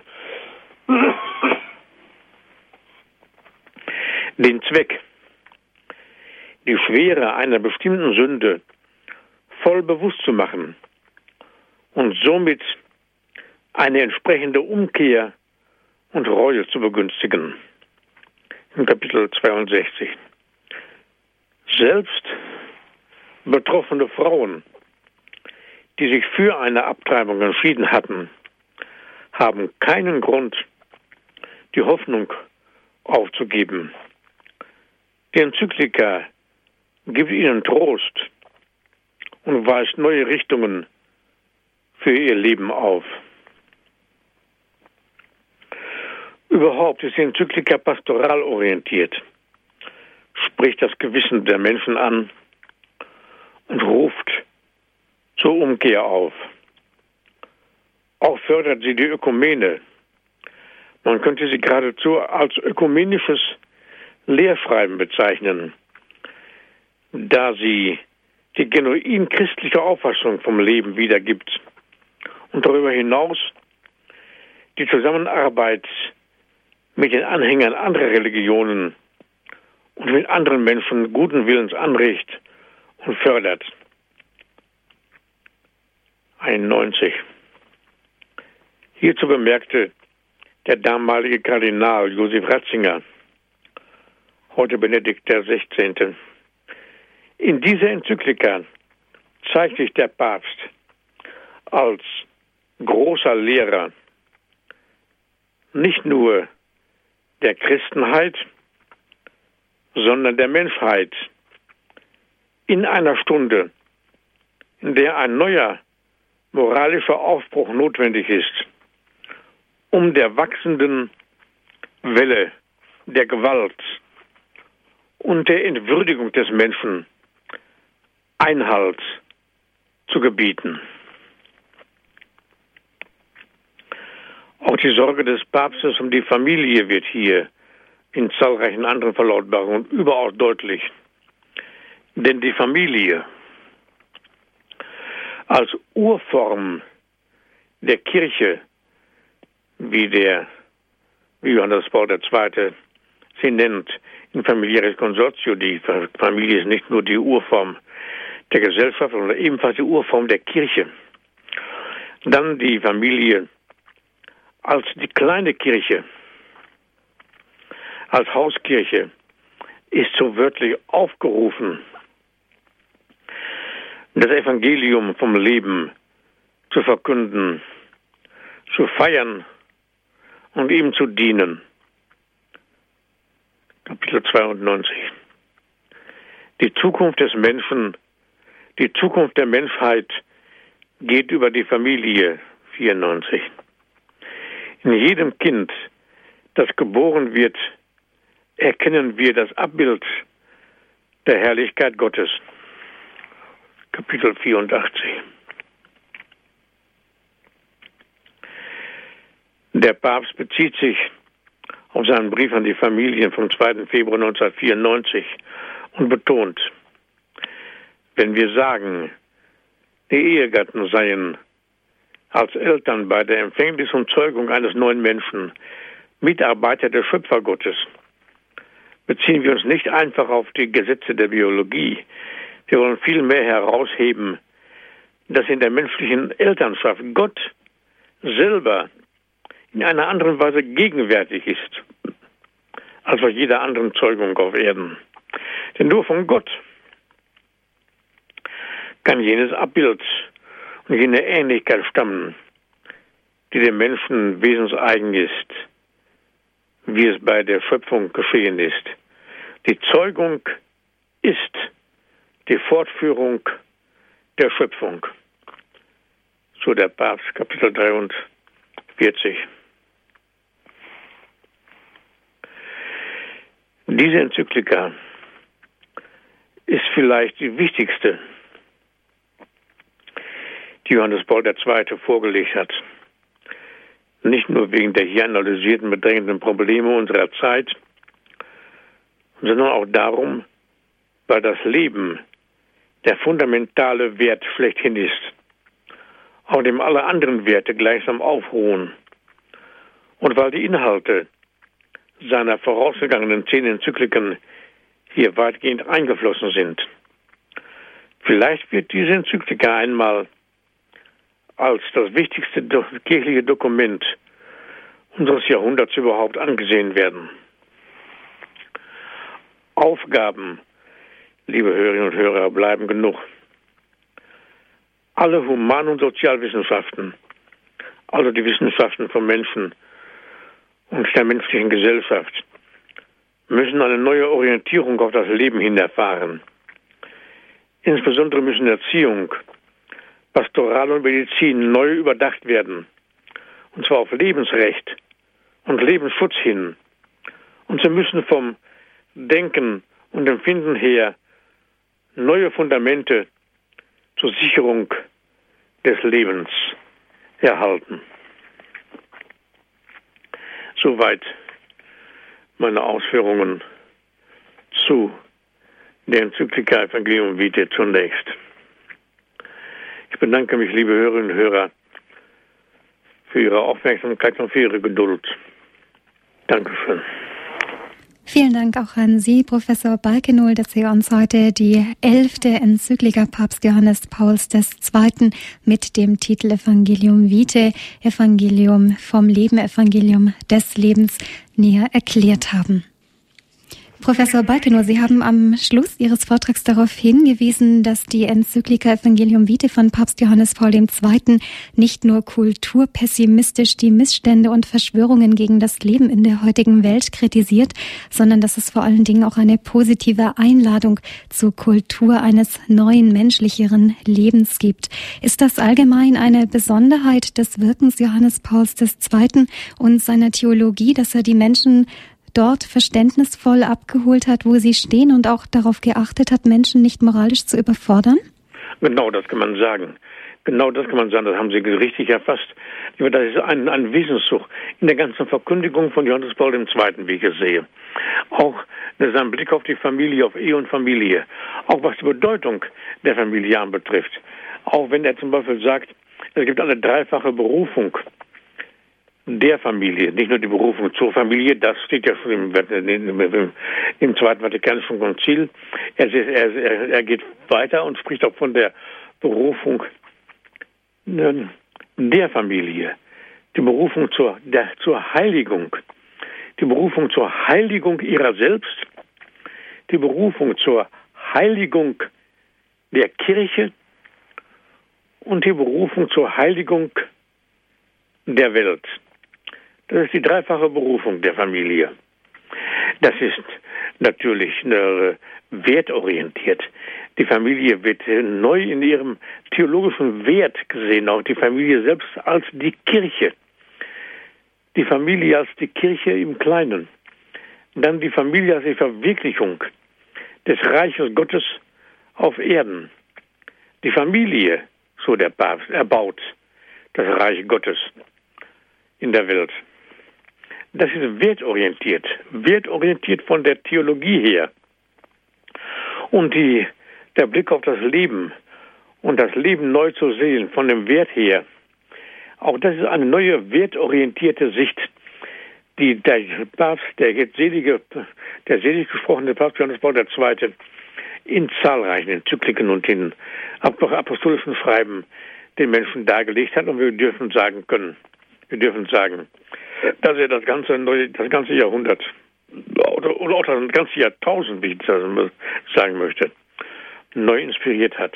den Zweck, die Schwere einer bestimmten Sünde voll bewusst zu machen und somit eine entsprechende Umkehr und Reue zu begünstigen. Im Kapitel 62. Selbst betroffene Frauen, die sich für eine Abtreibung entschieden hatten, haben keinen Grund, die Hoffnung aufzugeben. Die Enzyklika gibt ihnen Trost und weist neue Richtungen für ihr Leben auf. Überhaupt ist die Enzyklika pastoral orientiert, spricht das Gewissen der Menschen an und ruft zur Umkehr auf. Auch fördert sie die Ökumene. Man könnte sie geradezu als ökumenisches Lehrschreiben bezeichnen, da sie die genuin christliche Auffassung vom Leben wiedergibt und darüber hinaus die Zusammenarbeit mit den Anhängern anderer Religionen und mit anderen Menschen guten Willens anregt und fördert. 91. Hierzu bemerkte der damalige Kardinal Josef Ratzinger, heute Benedikt XVI. In dieser Enzyklika zeigt sich der Papst als großer Lehrer nicht nur der Christenheit, sondern der Menschheit in einer Stunde, in der ein neuer moralischer Aufbruch notwendig ist, um der wachsenden Welle der Gewalt und der Entwürdigung des Menschen Einhalt zu gebieten. Auch die Sorge des Papstes um die Familie wird hier in zahlreichen anderen Verlautbarungen überaus deutlich. Denn die Familie als Urform der Kirche, wie Johannes Paul II. Sie nennt, in Familiaris Consortio, die Familie ist nicht nur die Urform der Gesellschaft, sondern ebenfalls die Urform der Kirche. Dann die Familie als die kleine Kirche, als Hauskirche, ist so wörtlich aufgerufen, das Evangelium vom Leben zu verkünden, zu feiern und ihm zu dienen. Kapitel 92. Die Zukunft des Menschen, die Zukunft der Menschheit geht über die Familie. 94. In jedem Kind, das geboren wird, erkennen wir das Abbild der Herrlichkeit Gottes. Kapitel 84. Der Papst bezieht sich auf seinen Brief an die Familien vom 2. Februar 1994 und betont, wenn wir sagen, die Ehegatten seien als Eltern bei der Empfängnis und Zeugung eines neuen Menschen Mitarbeiter des Schöpfergottes, beziehen wir uns nicht einfach auf die Gesetze der Biologie. Wir wollen vielmehr herausheben, dass in der menschlichen Elternschaft Gott selber in einer anderen Weise gegenwärtig ist, als bei jeder anderen Zeugung auf Erden. Denn nur von Gott kann jenes Abbild und jene Ähnlichkeit stammen, die dem Menschen wesenseigen ist, wie es bei der Schöpfung geschehen ist. Die Zeugung ist die Fortführung der Schöpfung. So der Papst, Kapitel 43. Diese Enzyklika ist vielleicht die wichtigste, die Johannes Paul II. Vorgelegt hat. Nicht nur wegen der hier analysierten bedrängenden Probleme unserer Zeit, sondern auch darum, weil das Leben der fundamentale Wert schlechthin ist, auf dem alle anderen Werte gleichsam aufruhen und weil die Inhalte seiner vorausgegangenen 10 Enzykliken hier weitgehend eingeflossen sind. Vielleicht wird diese Enzyklika einmal als das wichtigste kirchliche Dokument unseres Jahrhunderts überhaupt angesehen werden. Aufgaben, liebe Hörerinnen und Hörer, bleiben genug. Alle Human- und Sozialwissenschaften, also die Wissenschaften vom Menschen und der menschlichen Gesellschaft, müssen eine neue Orientierung auf das Leben hin erfahren. Insbesondere müssen Erziehung, Pastoral und Medizin neu überdacht werden, und zwar auf Lebensrecht und Lebensschutz hin. Und sie müssen vom Denken und Empfinden her neue Fundamente zur Sicherung des Lebens erhalten. Soweit meine Ausführungen zu der Enzyklika Evangelium Vitae zunächst. Ich bedanke mich, liebe Hörerinnen und Hörer, für Ihre Aufmerksamkeit und für Ihre Geduld. Dankeschön. Vielen Dank auch an Sie, Professor Balkenohl, dass Sie uns heute die 11. Enzyklika Papst Johannes Pauls II. Mit dem Titel Evangelium Vitae, Evangelium vom Leben, Evangelium des Lebens näher erklärt haben. Professor Balkenohl, Sie haben am Schluss Ihres Vortrags darauf hingewiesen, dass die Enzyklika Evangelium Vitae von Papst Johannes Paul II. Nicht nur kulturpessimistisch die Missstände und Verschwörungen gegen das Leben in der heutigen Welt kritisiert, sondern dass es vor allen Dingen auch eine positive Einladung zur Kultur eines neuen, menschlicheren Lebens gibt. Ist das allgemein eine Besonderheit des Wirkens Johannes Pauls II. Und seiner Theologie, dass er die Menschen dort verständnisvoll abgeholt hat, wo sie stehen und auch darauf geachtet hat, Menschen nicht moralisch zu überfordern? Genau, das kann man sagen. Genau das kann man sagen, das haben Sie richtig erfasst. Das ist ein Wesenszug in der ganzen Verkündigung von Johannes Paul II., wie ich es sehe. Auch sein Blick auf die Familie, auf Ehe und Familie. Auch was die Bedeutung der Familie anbetrifft. Auch wenn er zum Beispiel sagt, es gibt eine dreifache Berufung der Familie, nicht nur die Berufung zur Familie, das steht ja schon im Zweiten Vatikanischen Konzil. Er geht weiter und spricht auch von der Berufung der Familie, die Berufung zur Heiligung, die Berufung zur Heiligung ihrer selbst, die Berufung zur Heiligung der Kirche und die Berufung zur Heiligung der Welt. Das ist die dreifache Berufung der Familie. Das ist natürlich wertorientiert. Die Familie wird neu in ihrem theologischen Wert gesehen, auch die Familie selbst als die Kirche. Die Familie als die Kirche im Kleinen. Dann die Familie als die Verwirklichung des Reiches Gottes auf Erden. Die Familie, so der Papst, erbaut das Reich Gottes in der Welt. Das ist wertorientiert von der Theologie her. Und der Blick auf das Leben und das Leben neu zu sehen, von dem Wert her, auch das ist eine neue wertorientierte Sicht, die der Papst, der selig gesprochene Papst Johannes Paul II. In zahlreichen Enzykliken und in apostolischen Schreiben den Menschen dargelegt hat. Und wir dürfen sagen, dass er das ganze Jahrhundert oder auch das ganze Jahrtausend, wie ich das sagen möchte, neu inspiriert hat.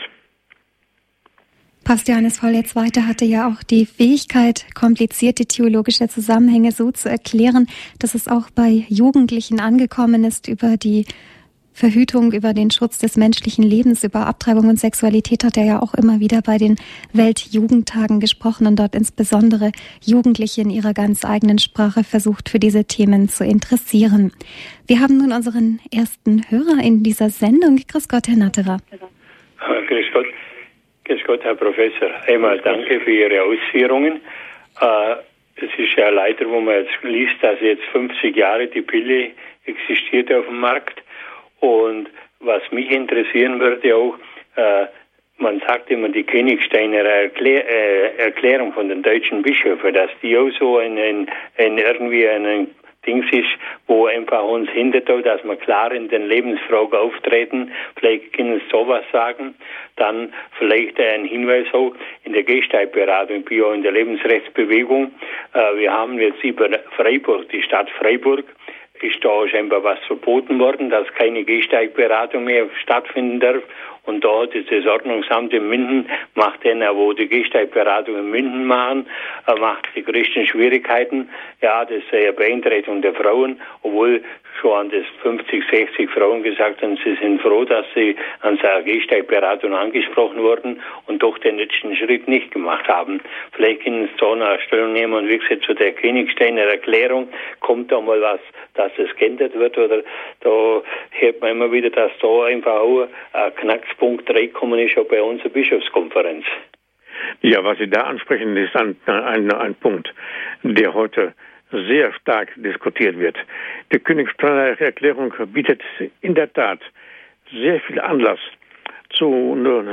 Papst Johannes Paul II. Hatte ja auch die Fähigkeit, komplizierte theologische Zusammenhänge so zu erklären, dass es auch bei Jugendlichen angekommen ist. Über die Verhütung, über den Schutz des menschlichen Lebens, über Abtreibung und Sexualität hat er ja auch immer wieder bei den Weltjugendtagen gesprochen und dort insbesondere Jugendliche in ihrer ganz eigenen Sprache versucht, für diese Themen zu interessieren. Wir haben nun unseren ersten Hörer in dieser Sendung. Grüß Gott, Herr Natterer. Grüß Gott. Grüß Gott, Herr Professor. Einmal danke für Ihre Ausführungen. Es ist ja leider, wo man jetzt liest, dass jetzt 50 Jahre die Pille existiert auf dem Markt. Und was mich interessieren würde auch, man sagt immer die Königsteiner Erklärung von den deutschen Bischöfen, dass die auch so irgendwie ein Dings ist, wo einfach uns hindert, dass wir klar in den Lebensfragen auftreten. Vielleicht können Sie sowas sagen. Dann vielleicht ein Hinweis auch in der Gehsteigberatung, ich bin ja in der Lebensrechtsbewegung. Wir haben jetzt über Freiburg, die Stadt Freiburg, ist da scheinbar was verboten worden, dass keine Gehsteigberatung mehr stattfinden darf. Und da hat das Ordnungsamt in Minden, macht denen, wo die Gehsteigberatung in Minden machen, macht die größten Schwierigkeiten. Ja, das ist eine Beeinträchtigung der Frauen, obwohl schon an das 50, 60 Frauen gesagt haben, sie sind froh, dass sie an seiner Gehsteigberatung angesprochen wurden und doch den letzten Schritt nicht gemacht haben. Vielleicht können Sie da eine Stellung nehmen und wie gesagt, zu der Königsteiner Erklärung kommt da mal was, dass das geändert wird, oder da hört man immer wieder, dass da einfach auch ein Knackspunkt reinkommen ist, auch bei unserer Bischofskonferenz. Ja, was Sie da ansprechen, ist ein Punkt, der heute sehr stark diskutiert wird. Die Königsteiner Erklärung bietet in der Tat sehr viel Anlass zu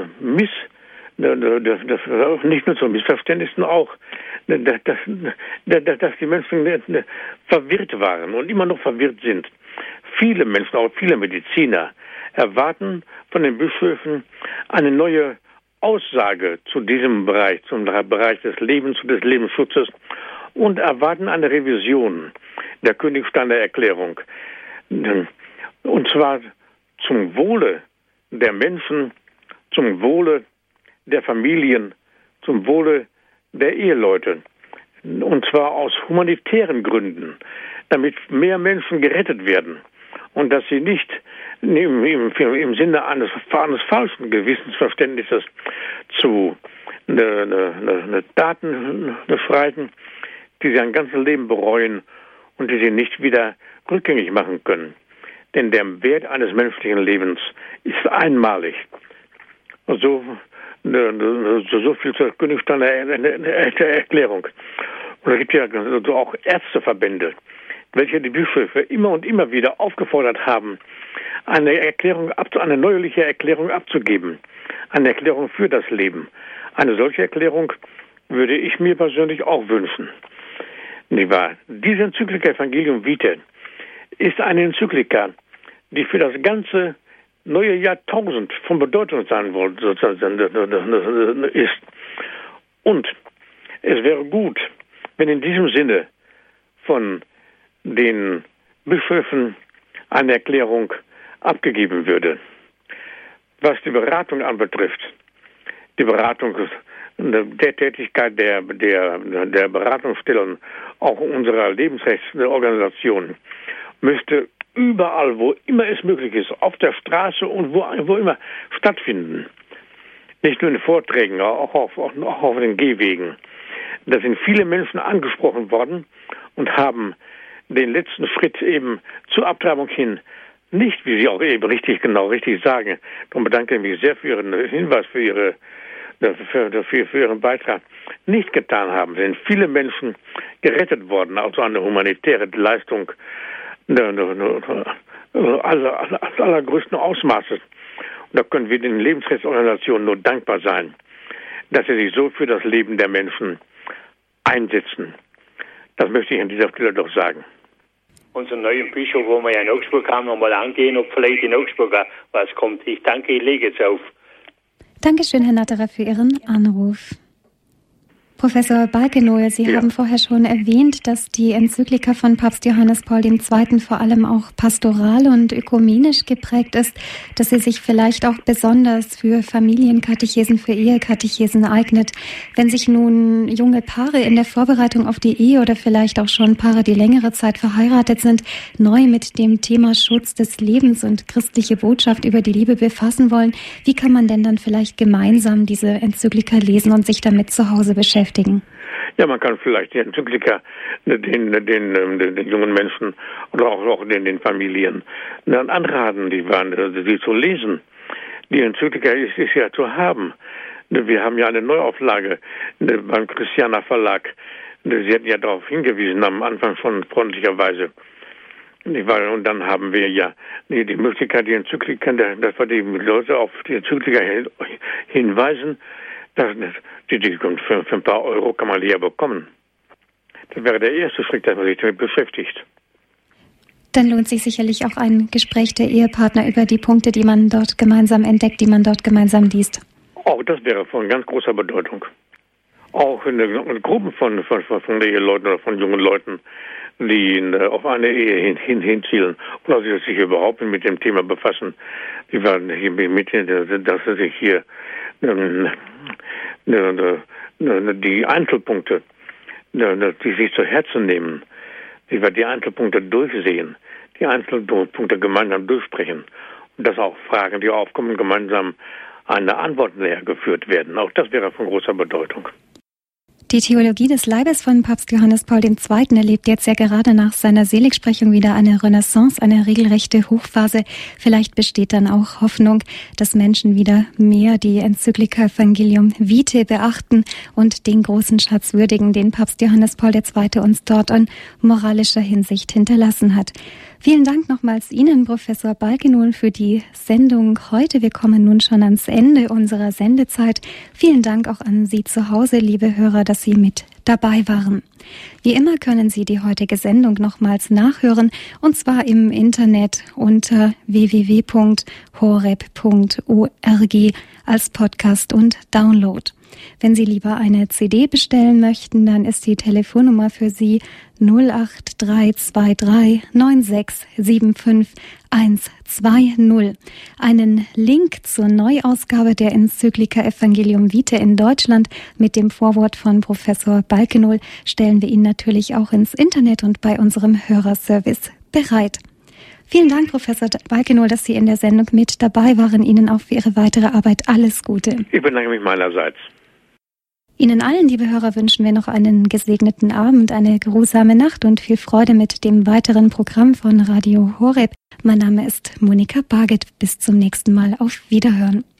nicht nur zu Missverständnissen, auch, dass die Menschen verwirrt waren und immer noch verwirrt sind. viele Menschen, auch viele Mediziner, erwarten von den Bischöfen eine neue Aussage zu diesem Bereich, zum Bereich des Lebens und des Lebensschutzes und erwarten eine Revision der Königsteiner Erklärung. Und zwar zum Wohle der Menschen, zum Wohle der Familien, zum Wohle der Eheleute. Und zwar aus humanitären Gründen, damit mehr Menschen gerettet werden und dass sie nicht im Sinne eines falschen Gewissensverständnisses zu Taten schreiten, die sie ein ganzes Leben bereuen und die sie nicht wieder rückgängig machen können. Denn der Wert eines menschlichen Lebens ist einmalig. So viel zur Königsteiner Erklärung. Und es gibt ja auch Ärzteverbände, welche die Bischöfe immer und immer wieder aufgefordert haben, eine neuerliche Erklärung abzugeben. Eine Erklärung für das Leben. Eine solche Erklärung würde ich mir persönlich auch wünschen. Nicht wahr? Diese Enzyklika Evangelium Vitae ist eine Enzyklika, die für das ganze neue Jahrtausend von Bedeutung sein ist. Und es wäre gut, wenn in diesem Sinne von den Bischöfen eine Erklärung abgegeben würde. Was die Beratung anbetrifft, die Beratung der Tätigkeit der Beratungsstellen, auch unserer Lebensrechtsorganisation, müsste überall, wo immer es möglich ist, auf der Straße und wo immer stattfinden. Nicht nur in Vorträgen, auch auf den Gehwegen. Da sind viele Menschen angesprochen worden und haben den letzten Schritt eben zur Abtreibung hin nicht, wie Sie auch eben richtig sagen. Darum bedanke ich mich sehr für Ihren Hinweis, für Ihren Beitrag, nicht getan haben. Es sind viele Menschen gerettet worden, also eine humanitäre Leistung allergrößten Ausmaßes. Und da können wir den Lebensrechtsorganisationen nur dankbar sein, dass sie sich so für das Leben der Menschen einsetzen. Das möchte ich an dieser Stelle doch sagen. Unseren neuen Bischof, wo wir ja in Augsburg haben, nochmal angehen, ob vielleicht in Augsburg was kommt. Ich danke, ich lege jetzt auf. Dankeschön, Herr Natterer, für Ihren Anruf. Professor Balkenohl, Sie haben vorher schon erwähnt, dass die Enzyklika von Papst Johannes Paul II. Vor allem auch pastoral und ökumenisch geprägt ist, dass sie sich vielleicht auch besonders für Familienkatechesen, für Ehekatechesen eignet. Wenn sich nun junge Paare in der Vorbereitung auf die Ehe oder vielleicht auch schon Paare, die längere Zeit verheiratet sind, neu mit dem Thema Schutz des Lebens und christliche Botschaft über die Liebe befassen wollen, wie kann man denn dann vielleicht gemeinsam diese Enzyklika lesen und sich damit zu Hause beschäftigen? Ja, man kann vielleicht die Enzyklika den jungen Menschen oder auch den Familien dann anraten, die zu lesen. Die Enzyklika ist ja zu haben. Wir haben ja eine Neuauflage beim Christiana Verlag. Sie hatten ja darauf hingewiesen am Anfang schon freundlicherweise. Und dann haben wir ja die Möglichkeit, die Enzyklika, dass wir die Leute auf die Enzyklika hinweisen. Die für ein paar Euro kann man die ja bekommen. Das wäre der erste Schritt, dass man sich damit beschäftigt. Dann lohnt sich sicherlich auch ein Gespräch der Ehepartner über die Punkte, die man dort gemeinsam entdeckt, die man dort gemeinsam liest. Auch das wäre von ganz großer Bedeutung. Auch in Gruppen von Eheleuten oder von jungen Leuten, die auf eine Ehe hinzielen oder sich überhaupt mit dem Thema befassen, dass sie sich hier die Einzelpunkte, die sich zu Herzen nehmen, die Einzelpunkte durchsehen, die Einzelpunkte gemeinsam durchsprechen und dass auch Fragen, die aufkommen, gemeinsam eine Antwort näher geführt werden. Auch das wäre von großer Bedeutung. Die Theologie des Leibes von Papst Johannes Paul II. Erlebt jetzt ja gerade nach seiner Seligsprechung wieder eine Renaissance, eine regelrechte Hochphase. Vielleicht besteht dann auch Hoffnung, dass Menschen wieder mehr die Enzyklika Evangelium Vitae beachten und den großen Schatz würdigen, den Papst Johannes Paul II. Uns dort in moralischer Hinsicht hinterlassen hat. Vielen Dank nochmals Ihnen, Professor Balkenhol, für die Sendung heute. Wir kommen nun schon ans Ende unserer Sendezeit. Vielen Dank auch an Sie zu Hause, liebe Hörer, dass Sie mit dabei waren. Wie immer können Sie die heutige Sendung nochmals nachhören, und zwar im Internet unter www.horeb.org als Podcast und Download. Wenn Sie lieber eine CD bestellen möchten, dann ist die Telefonnummer für Sie 08323 9675 120. Einen Link zur Neuausgabe der Enzyklika Evangelium Vitae in Deutschland mit dem Vorwort von Professor Balkenhol stellen wir Ihnen natürlich auch ins Internet und bei unserem Hörerservice bereit. Vielen Dank, Professor Balkenhol, dass Sie in der Sendung mit dabei waren. Ihnen auch für Ihre weitere Arbeit alles Gute. Ich bedanke mich meinerseits. Ihnen allen, liebe Hörer, wünschen wir noch einen gesegneten Abend, eine geruhsame Nacht und viel Freude mit dem weiteren Programm von Radio Horeb. Mein Name ist Monika Barget. Bis zum nächsten Mal. Auf Wiederhören.